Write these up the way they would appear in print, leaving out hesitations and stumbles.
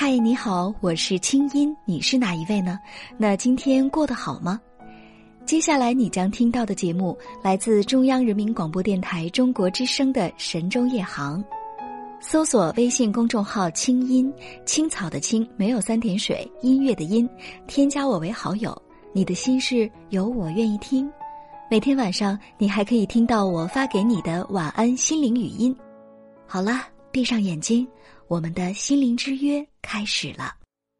嗨，你好，我是清音，你是哪一位呢？那今天过得好吗？接下来你将听到的节目来自中央人民广播电台中国之声的神州夜航。搜索微信公众号清音，青草的青，没有3点水，音乐的音，添加我为好友，你的心事有我愿意听。每天晚上你还可以听到我发给你的晚安心灵语音。好了，闭上眼睛，我们的心灵之约开始了。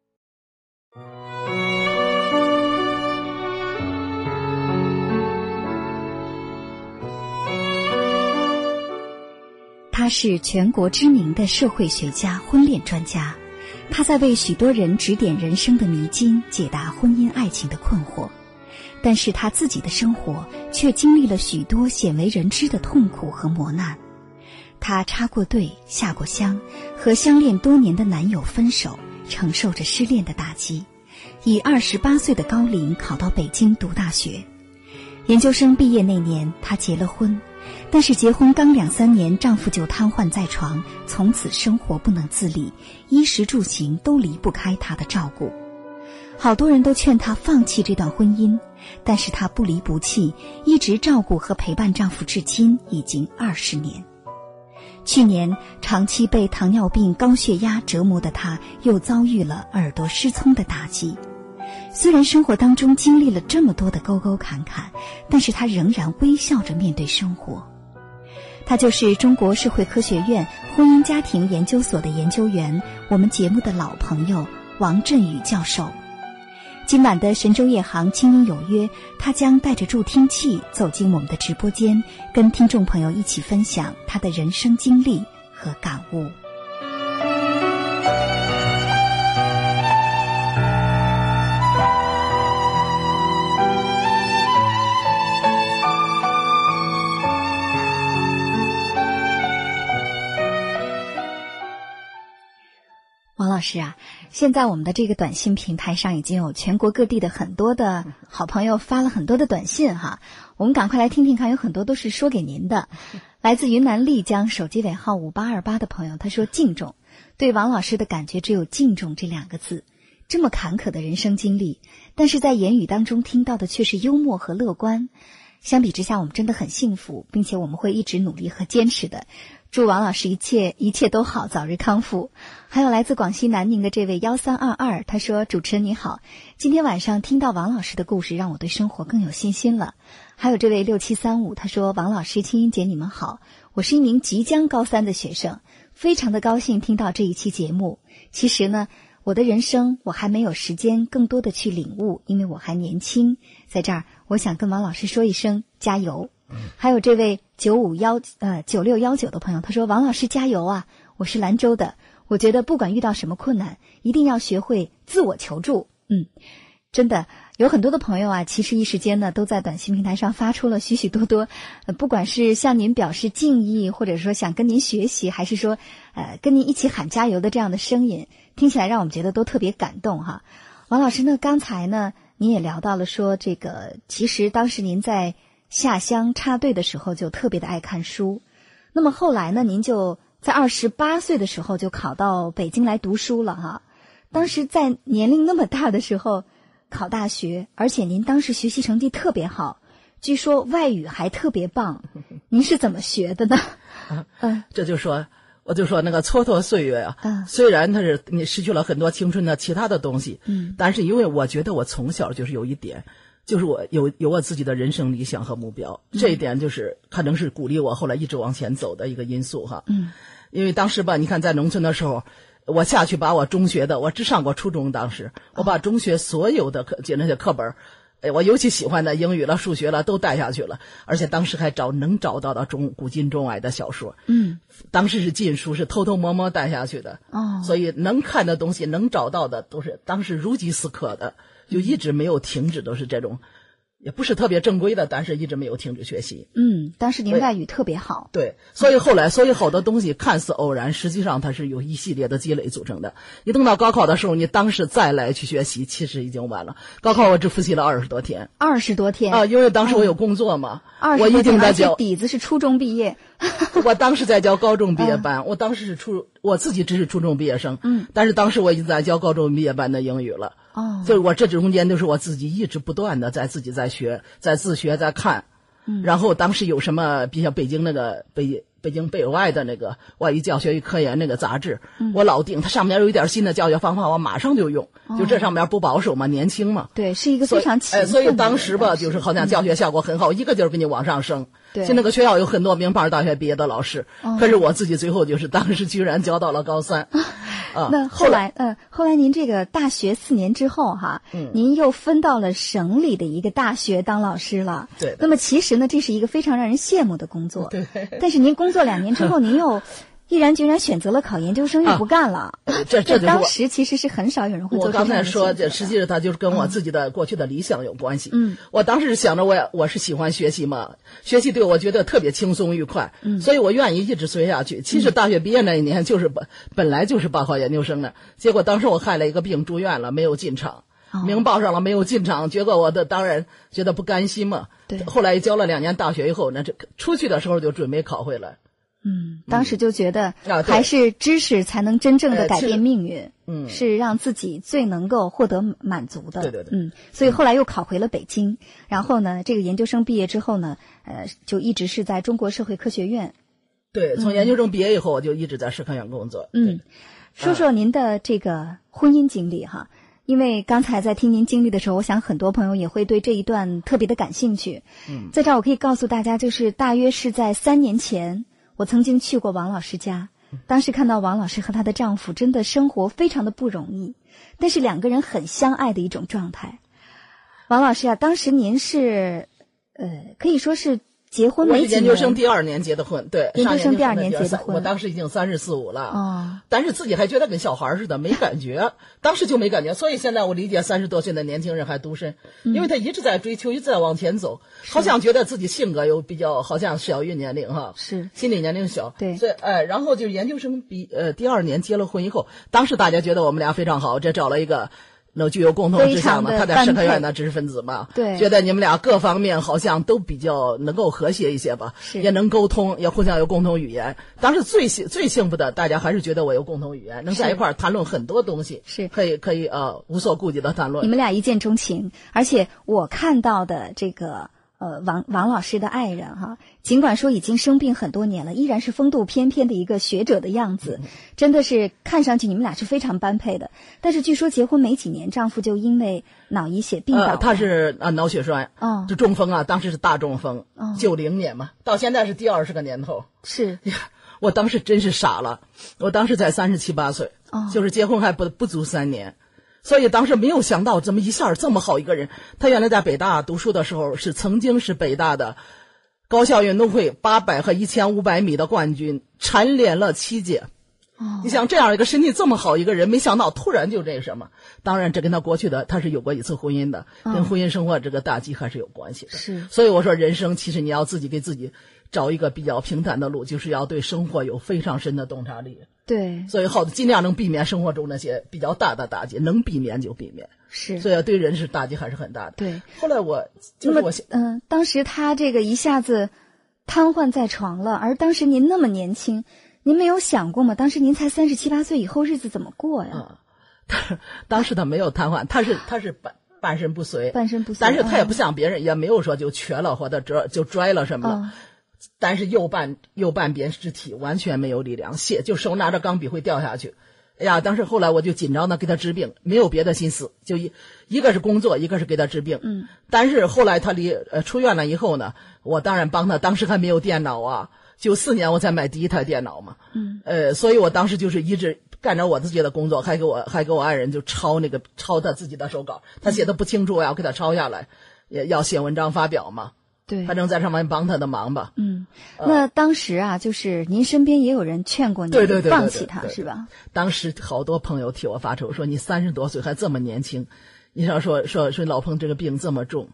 他是全国知名的社会学家、婚恋专家，他在为许多人指点人生的迷津，解答婚姻爱情的困惑。但是他自己的生活却经历了许多鲜为人知的痛苦和磨难。他插过队，下过乡，和相恋多年的男友分手，承受着失恋的打击，以28岁的高龄考到北京读大学。研究生毕业那年，她结了婚，但是结婚刚2-3年，丈夫就瘫痪在床，从此生活不能自理，衣食住行都离不开她的照顾。好多人都劝她放弃这段婚姻，但是她不离不弃，一直照顾和陪伴丈夫至今已经20年。去年，长期被糖尿病、高血压折磨的她，又遭遇了耳朵失聪的打击。虽然生活当中经历了这么多的沟沟坎坎，但是她仍然微笑着面对生活。她就是中国社会科学院婚姻家庭研究所的研究员，我们节目的老朋友王振宇教授。今晚的神州夜航清音有约，他将带着助听器走进我们的直播间，跟听众朋友一起分享他的人生经历和感悟。王老师啊，现在我们的这个短信平台上已经有全国各地的很多的好朋友发了很多的短信哈，我们赶快来听听看，有很多都是说给您的。来自云南丽江手机尾号5828的朋友，他说敬重，对王老师的感觉只有敬重这2个字。这么坎坷的人生经历，但是在言语当中听到的却是幽默和乐观。相比之下，我们真的很幸福，并且我们会一直努力和坚持的。祝王老师一切都好，早日康复。还有来自广西南宁的这位1322，他说：主持人你好，今天晚上听到王老师的故事，让我对生活更有信心了。还有这位6735，他说：王老师、清音姐你们好，我是一名即将高3的学生，非常的高兴听到这一期节目。其实呢，我的人生我还没有时间更多的去领悟，因为我还年轻。在这儿我想跟王老师说一声加油。还有这位9619的朋友，他说：王老师加油啊，我是兰州的，我觉得不管遇到什么困难，一定要学会自我求助。真的有很多的朋友啊，其实一时间呢都在短信平台上发出了许许多多不管是向您表示敬意，或者说想跟您学习，还是说跟您一起喊加油的这样的声音，听起来让我们觉得都特别感动哈。王老师呢，刚才呢您也聊到了说，这个其实当时您在下乡插队的时候就特别的爱看书，那么后来呢，您就在28岁的时候就考到北京来读书了哈。当时在年龄那么大的时候考大学，而且您当时学习成绩特别好，据说外语还特别棒，您是怎么学的呢？ 我就说那个蹉跎岁月啊，虽然你失去了很多青春的其他的东西，但是因为我觉得我从小就是有一点，就是我有我自己的人生理想和目标，这一点就是可能是鼓励我后来一直往前走的一个因素哈。因为当时吧，你看在农村的时候，我下去把我中学的，我只上过初中，当时我把中学所有的那些课本，我尤其喜欢的英语了、数学了都带下去了，而且当时还能找到的古今中外的小说。当时是禁书，是偷偷摸摸带下去的。所以能看的东西、能找到的都是当时如饥似渴的，就一直没有停止，都是这种也不是特别正规的，但是一直没有停止学习。 当时您外语特别好。 对，所以后来，所以好多东西看似偶然，实际上它是有一系列的积累组成的。你等到高考的时候，你当时再来去学习，其实已经晚了。高考我只复习了20多天。 20多天啊，因为当时我有工作嘛，我已经在教。 底子是初中毕业。 我当时在教高中毕业班，我当时是我自己只是初中毕业生，但是当时我已经在教高中毕业班的英语了。所以我这中间都是我自己一直不断的自己在学，在自学，在看。然后当时有什么，比如北京那个北京北外的那个外语教学与科研那个杂志，我老订，它上面有一点新的教学方法，我马上就用。就这上面不保守嘛，年轻嘛。 对，是一个非常勤奋的。 所以当时吧，就是好像教学效果很好，一个劲儿给你往上升。 对， 现在那个学校有很多名牌大学毕业的老师，可是我自己最后就是当时居然教到了高3。 那后来您这个大学4年之后哈，您又分到了省里的一个大学当老师了。 对。 那么其实呢，这是一个非常让人羡慕的工作。 对。 但是您工作2年之后，您又毅然决然选择了考研究生，又不干了。 这就是当时其实是很少有人会做出这样的选择的。 我刚才说，实际上它就是跟我自己的过去的理想有关系。我当时想着我是喜欢学习嘛，学习对我觉得特别轻松愉快，所以我愿意一直学下去。其实大学毕业那一年就是本来就是报考研究生的，结果当时我害了一个病住院了，没有进场。名报上了没有进场，结果我当然觉得不甘心嘛。 对。 后来教了2年大学以后，那这出去的时候就准备考回来。 当时就觉得还是知识才能真正的改变命运，是让自己最能够获得满足的。 对。 所以后来又考回了北京，然后呢，这个研究生毕业之后呢，就一直是在中国社会科学院。 对，从研究生毕业以后，我就一直在社科院工作。 说说您的这个婚姻经历哈。因为刚才在听您经历的时候，我想很多朋友也会对这一段特别的感兴趣。在这儿我可以告诉大家，就是大约是在3年前，我曾经去过王老师家，当时看到王老师和她的丈夫真的生活非常的不容易，但是2个人很相爱的一种状态。王老师啊，当时您是可以说是结婚没几年， 我是研究生第2年结的婚。对， 研究生第2年结的婚。 我当时已经34、35了。但是自己还觉得跟小孩似的，没感觉。当时就没感觉，所以现在我理解30多岁的年轻人还独身，因为他一直在追求，一直在往前走，好像觉得自己性格又比较好像小于年龄哈， 是心理年龄小。 对。 所以然后就是研究生第2年结了婚以后，当时大家觉得我们俩非常好，这找了一个具有共同志向的，他在社科院的知识分子嘛， 对， 觉得你们俩各方面好像都比较能够和谐一些吧，也能沟通，也互相有共同语言。当时最幸福的，大家还是觉得我有共同语言，能在一块儿谈论很多东西， 是可以无所顾忌的谈论。 你们俩一见钟情，而且我看到的这个王老师的爱人哈，尽管说已经生病很多年了，依然是风度翩翩的一个学者的样子，真的是看上去你们俩是非常般配的。但是据说结婚没几年，丈夫就因为脑溢血病倒了。 他是脑血栓，就中风啊，当时是大中风，90年嘛，到现在是第20个年头。 是， 我当时真是傻了，我当时才37、38岁，就是结婚还不足3年。所以当时没有想到这么一下这么好一个人。他原来在北大读书的时候曾经是北大的高校运动会800和1500米的冠军，蝉联了7届。你想这样一个身体这么好一个人，没想到突然就这什么。当然这跟他过去的他是有过一次婚姻的，跟婚姻生活这个打击还是有关系的。 是， 所以我说人生其实你要自己给自己找一个比较平坦的路，就是要对生活有非常深的洞察力。 对， 所以尽量能避免生活中那些比较大的打击，能避免就避免。 是， 所以对人是打击还是很大的。 对， 后来当时他这个一下子瘫痪在床了，而当时您那么年轻，您没有想过吗？当时您才37、38岁，以后日子怎么过呀？ 当时他没有瘫痪，他是半身不遂，但是他也不像别人，也没有说就瘸了或者就拽了什么了。但是右半边肢体完全没有力量，就手拿着钢笔会掉下去。哎呀，当时后来我就紧张的给他治病，没有别的心思，就一个是工作，一个是给他治病。但是后来他出院了以后呢，我当然帮他，当时还没有电脑啊，94年我才买第一台电脑嘛。所以我当时就是一直干着我自己的工作，还给我爱人就抄他自己的手稿，他写的不清楚，我要给他抄下来，也要写文章发表嘛。 对， 反正在上面帮他的忙吧。 那当时啊，就是您身边也有人劝过你放弃他，是吧？ 当时好多朋友替我发愁，说你30多岁还这么年轻，你说老彭这个病这么重，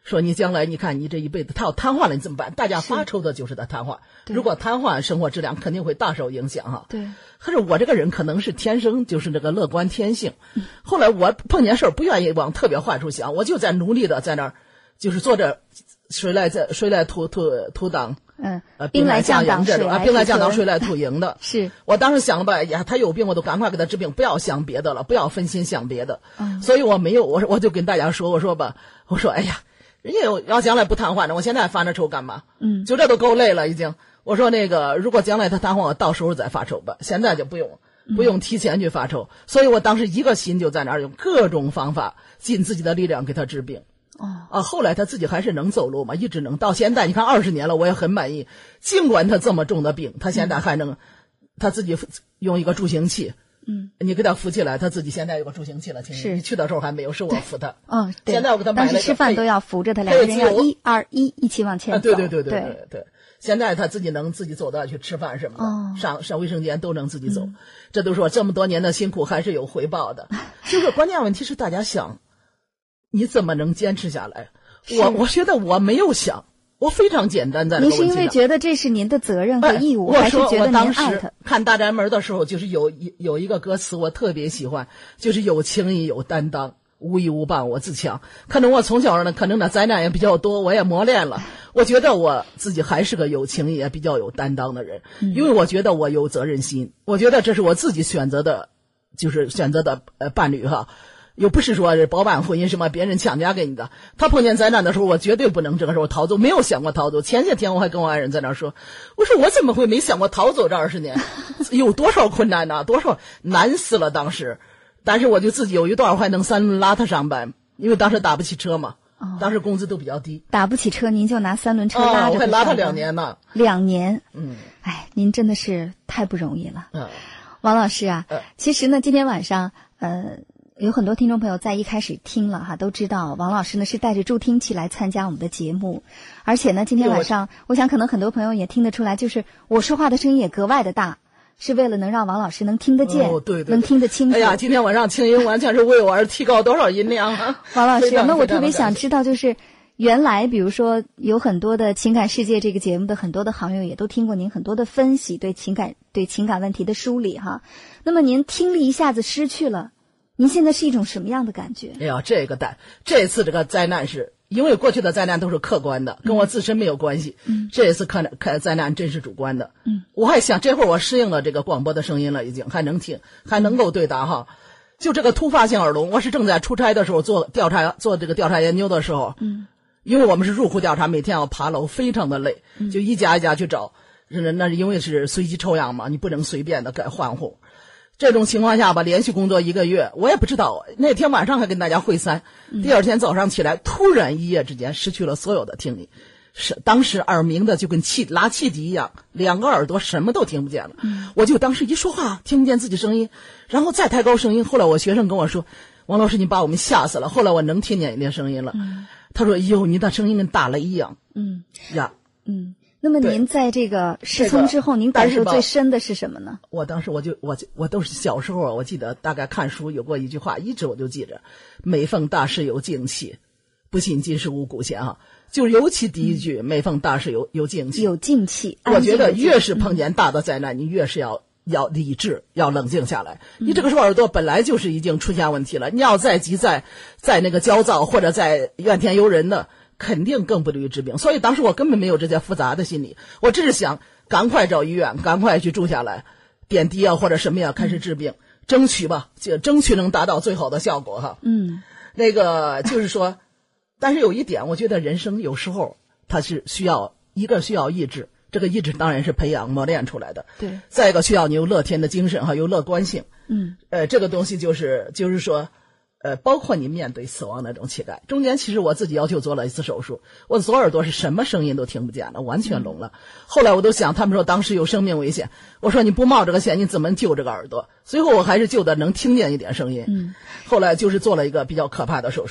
说你将来你看你这一辈子他要瘫痪了你怎么办？大家发愁的就是他瘫痪，如果瘫痪，生活质量肯定会大受影响哈。 对。 可是我这个人可能是天生就是这个乐观天性，后来我碰见事儿不愿意往特别坏处想，我就在努力的在那儿，就是做着水来土挡。兵来将挡这种兵来将挡，水来土迎的。是我当时想了吧，呀，他有病我都赶快给他治病，不要想别的了，不要分心想别的。所以我没有，我就跟大家说，我说哎呀，人家要将来不瘫痪呢，我现在发那愁干嘛？就这都够累了已经。我说那个，如果将来他瘫痪，我到时候再发愁吧，现在就不用提前去发愁。所以我当时一个心就在那儿用各种方法尽自己的力量给他治病。后来他自己还是能走路嘛，一直能到现在。你看20年了，我也很满意。尽管他这么重的病，他现在还能，他自己用一个助行器。你给他扶起来，他自己现在有个助行器了。是你去的时候还没有，是我扶他。对。现在我给他买了一个。当时吃饭都要扶着他，两个人要1、2、1一起往前走。 对。现在他自己能自己走到去吃饭什么的，上卫生间都能自己走。这都说这么多年的辛苦还是有回报的。就是关键问题是大家想。你怎么能坚持下来？我觉得我没有想，我非常简单在这个问题上。您是因为觉得这是您的责任和义务，还是觉得您爱他？ 我当时看《大宅门》的时候，就是有一个歌词我特别喜欢，就是有情义有担当，无依无傍我自强。可能我从小呢，可能那灾难也比较多，我也磨练了。我觉得我自己还是个有情义也比较有担当的人，因为我觉得我有责任心。我觉得这是我自己选择的，就是选择的伴侣哈。又不是说是包办婚姻什么别人强加给你的。他碰见灾难的时候，我绝对不能这个时候逃走，没有想过逃走。前些天我还跟我爱人在那说，我说我怎么会没想过逃走这20年？有多少困难呢？多少难死了当时。但是我就自己有一段我还能3轮拉他上班，因为当时打不起车嘛，当时工资都比较低。 打不起车您就拿3轮车拉着我还拉他2年呢。 2年。哎，您真的是太不容易了。王老师啊，其实呢今天晚上有很多听众朋友在一开始听了哈，都知道王老师呢是带着助听器来参加我们的节目，而且呢今天晚上我想可能很多朋友也听得出来，就是我说话的声音也格外的大，是为了能让王老师能听得见，对，能听得清楚。 哎呀，今天晚上清音完全是为我而提高多少音量啊！ 王老师，那我特别想知道，就是原来比如说有很多的情感世界这个节目的很多的好友也都听过您很多的分析，对情感问题的梳理哈。那么您听力一下子失去了。您现在是一种什么样的感觉？ 哎呀，这次这个灾难是因为过去的灾难都是客观的，跟我自身没有关系。这次看灾难真是主观的。我还想这会儿我适应了这个广播的声音了，已经还能听，还能够对答哈。就这个突发性耳聋，我是正在出差的时候做这个调查研究的时候，因为我们是入户调查，每天要爬楼，非常的累，就一家一家去找。那是因为是随机抽样嘛，你不能随便的改换户。这种情况下吧，连续工作1个月，我也不知道。那天晚上还跟大家会3，第二天早上起来，突然一夜之间失去了所有的听力，当时耳鸣的就跟拉气笛一样，2个耳朵什么都听不见了。我就当时一说话听不见自己声音，然后再抬高声音。后来我学生跟我说，王老师你把我们吓死了。后来我能听见一点声音了。他说哟，你的声音跟打雷一样。 那么您在这个失聪之后，您感受最深的是什么呢？ 我当时我都是小时候，我记得大概看书有过一句话，一直我就记着：每逢大事有静气，不信今世无古贤啊。就是尤其第一句，每逢大事有静气。有静气。我觉得越是碰见大的灾难，你越是要理智，要冷静下来。你这个时候耳朵本来就是已经出现问题了，你要再急在那个焦躁或者在怨天尤人的。肯定更不利于治病，所以当时我根本没有这些复杂的心理，我只是想赶快找医院，赶快去住下来，点滴啊或者什么呀开始治病，争取能达到最好的效果哈。那个就是说，但是有一点，我觉得人生有时候它是需要意志，这个意志当然是培养磨练出来的。对。再一个需要你有乐天的精神哈，有乐观性。这个东西就是说。包括你面对死亡那种期待，中间其实我自己要求做了一次手术，我的左耳朵是什么声音都听不见了，完全聋了。后来我都想，他们说当时有生命危险，我说你不冒这个险，你怎么救这个耳朵？最后我还是救的能听见一点声音。后来就是做了一个比较可怕的手术，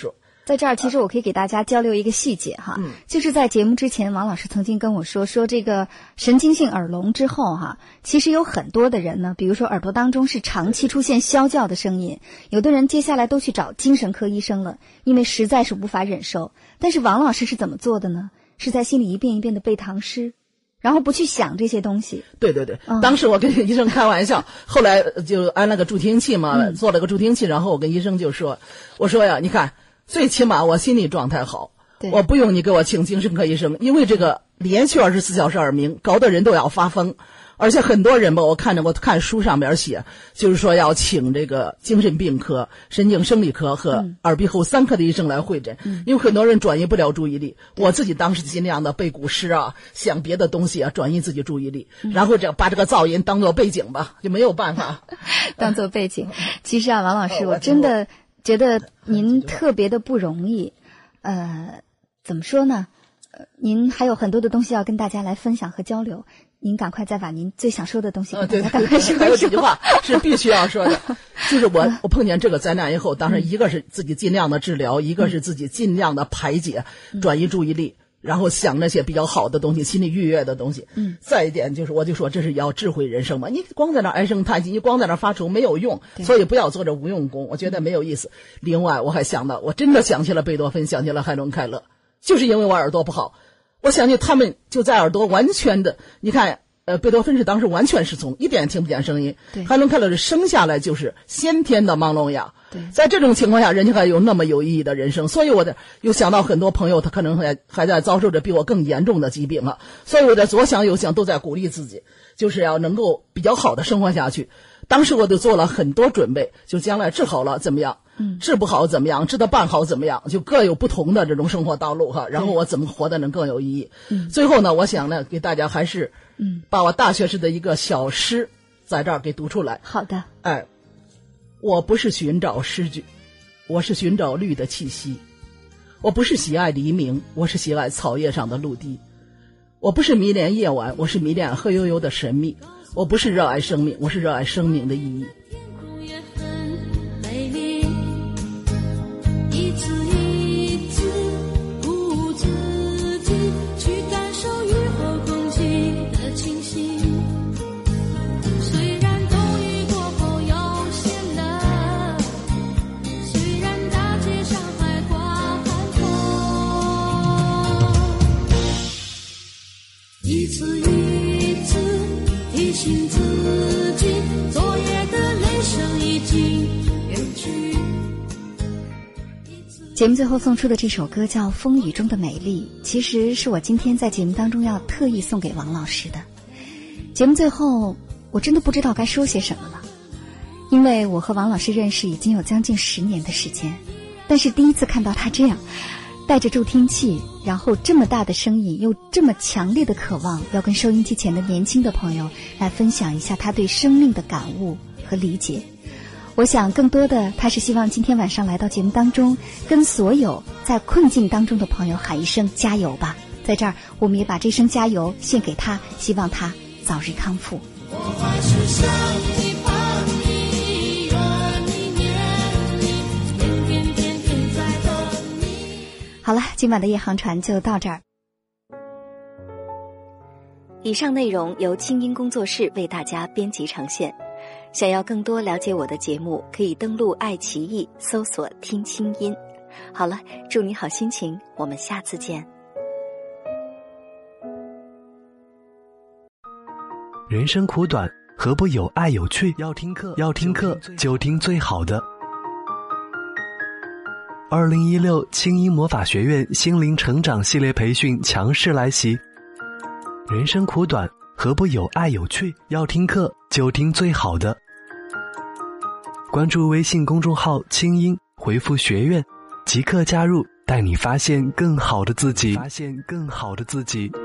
在这儿，其实我可以给大家交流一个细节哈，就是在节目之前，王老师曾经跟我说这个神经性耳聋之后哈，其实有很多的人呢，比如说耳朵当中是长期出现啸叫的声音，有的人接下来都去找精神科医生了，因为实在是无法忍受。但是王老师是怎么做的呢？是在心里一遍一遍的背唐诗，然后不去想这些东西。 对对对，当时我跟医生开玩笑，后来就安了个助听器嘛，做了个助听器，然后我跟医生就说，我说呀，你看，最起码我心理状态好，我不用你给我请精神科医生，因为这个连续24小时耳鸣搞得人都要发疯。而且很多人吧，我看书上面写，就是说要请这个精神病科、神经生理科和耳鼻喉3科的医生来会诊，因为很多人转移不了注意力。我自己当时尽量的背古诗啊，想别的东西啊，转移自己注意力，然后把这个噪音当做背景吧，就没有办法当做背景。其实啊，王老师，我真的觉得您特别的不容易。怎么说呢？您还有很多的东西要跟大家来分享和交流。您赶快再把您最想说的东西跟大家赶快说一说。 还有几句话是必须要说的，就是我碰见这个灾难以后，当然一个是自己尽量的治疗，一个是自己尽量的排解，转移注意力，然后想那些比较好的东西，心里愉悦的东西。再一点就是，我就说这是要智慧人生嘛，你光在那唉声叹气，你光在那发愁没有用，所以不要做这无用功，我觉得没有意思。另外我还想到，我真的想起了贝多芬，想起了海伦凯勒，就是因为我耳朵不好。我相信他们就在耳朵完全的，你看，贝多芬是当时完全失聪，一点听不见声音。海伦凯勒是生下来就是先天的盲聋哑。在这种情况下，人家还有那么有意义的人生，所以我又想到很多朋友，他可能还在遭受着比我更严重的疾病了。所以我左想右想都在鼓励自己，就是要能够比较好的生活下去。当时我就做了很多准备，就将来治好了怎么样，治不好怎么样，治得半好怎么样，就各有不同的这种生活道路哈。然后我怎么活得能更有意义。最后呢，我想呢，给大家还是把我大学时的一个小诗在这儿给读出来。 好的。 我不是寻找诗句，我是寻找绿的气息。我不是喜爱黎明，我是喜爱草叶上的露滴。我不是迷恋夜晚，我是迷恋黑幽幽的神秘。我不是热爱生命，我是热爱生命的意义。一次一次鼓舞自己，去感受雨后空气的清新。虽然冬雨过后又显冷，虽然大街上还挂寒风，一次一次提醒自己，昨夜的雷声已经远去。节目最后送出的这首歌叫《风雨中的美丽》，其实是我今天在节目当中要特意送给王老师的。节目最后我真的不知道该说些什么了，因为我和王老师认识已经有将近10年的时间，但是第一次看到他这样带着助听器，然后这么大的声音，又这么强烈的渴望要跟收音机前的年轻的朋友来分享一下他对生命的感悟和理解。我想更多的他是希望今天晚上来到节目当中，跟所有在困境当中的朋友喊一声加油吧。在这儿我们也把这声加油献给他，希望他早日康复。我还是想你盼你愿你念你天天天天在等你。好了，今晚的夜航船就到这儿。以上内容由清音工作室为大家编辑呈现。想要更多了解我的节目，可以登录爱奇艺搜索听清音。好了，祝你好心情，我们下次见。 人生苦短，何不有爱有趣？要听课就听最好的。2016清音魔法学院心灵成长系列培训强势来袭。人生苦短，何不有爱有趣？要听课就听最好的。关注微信公众号清音，回复学院即刻加入，带你发现更好的自己。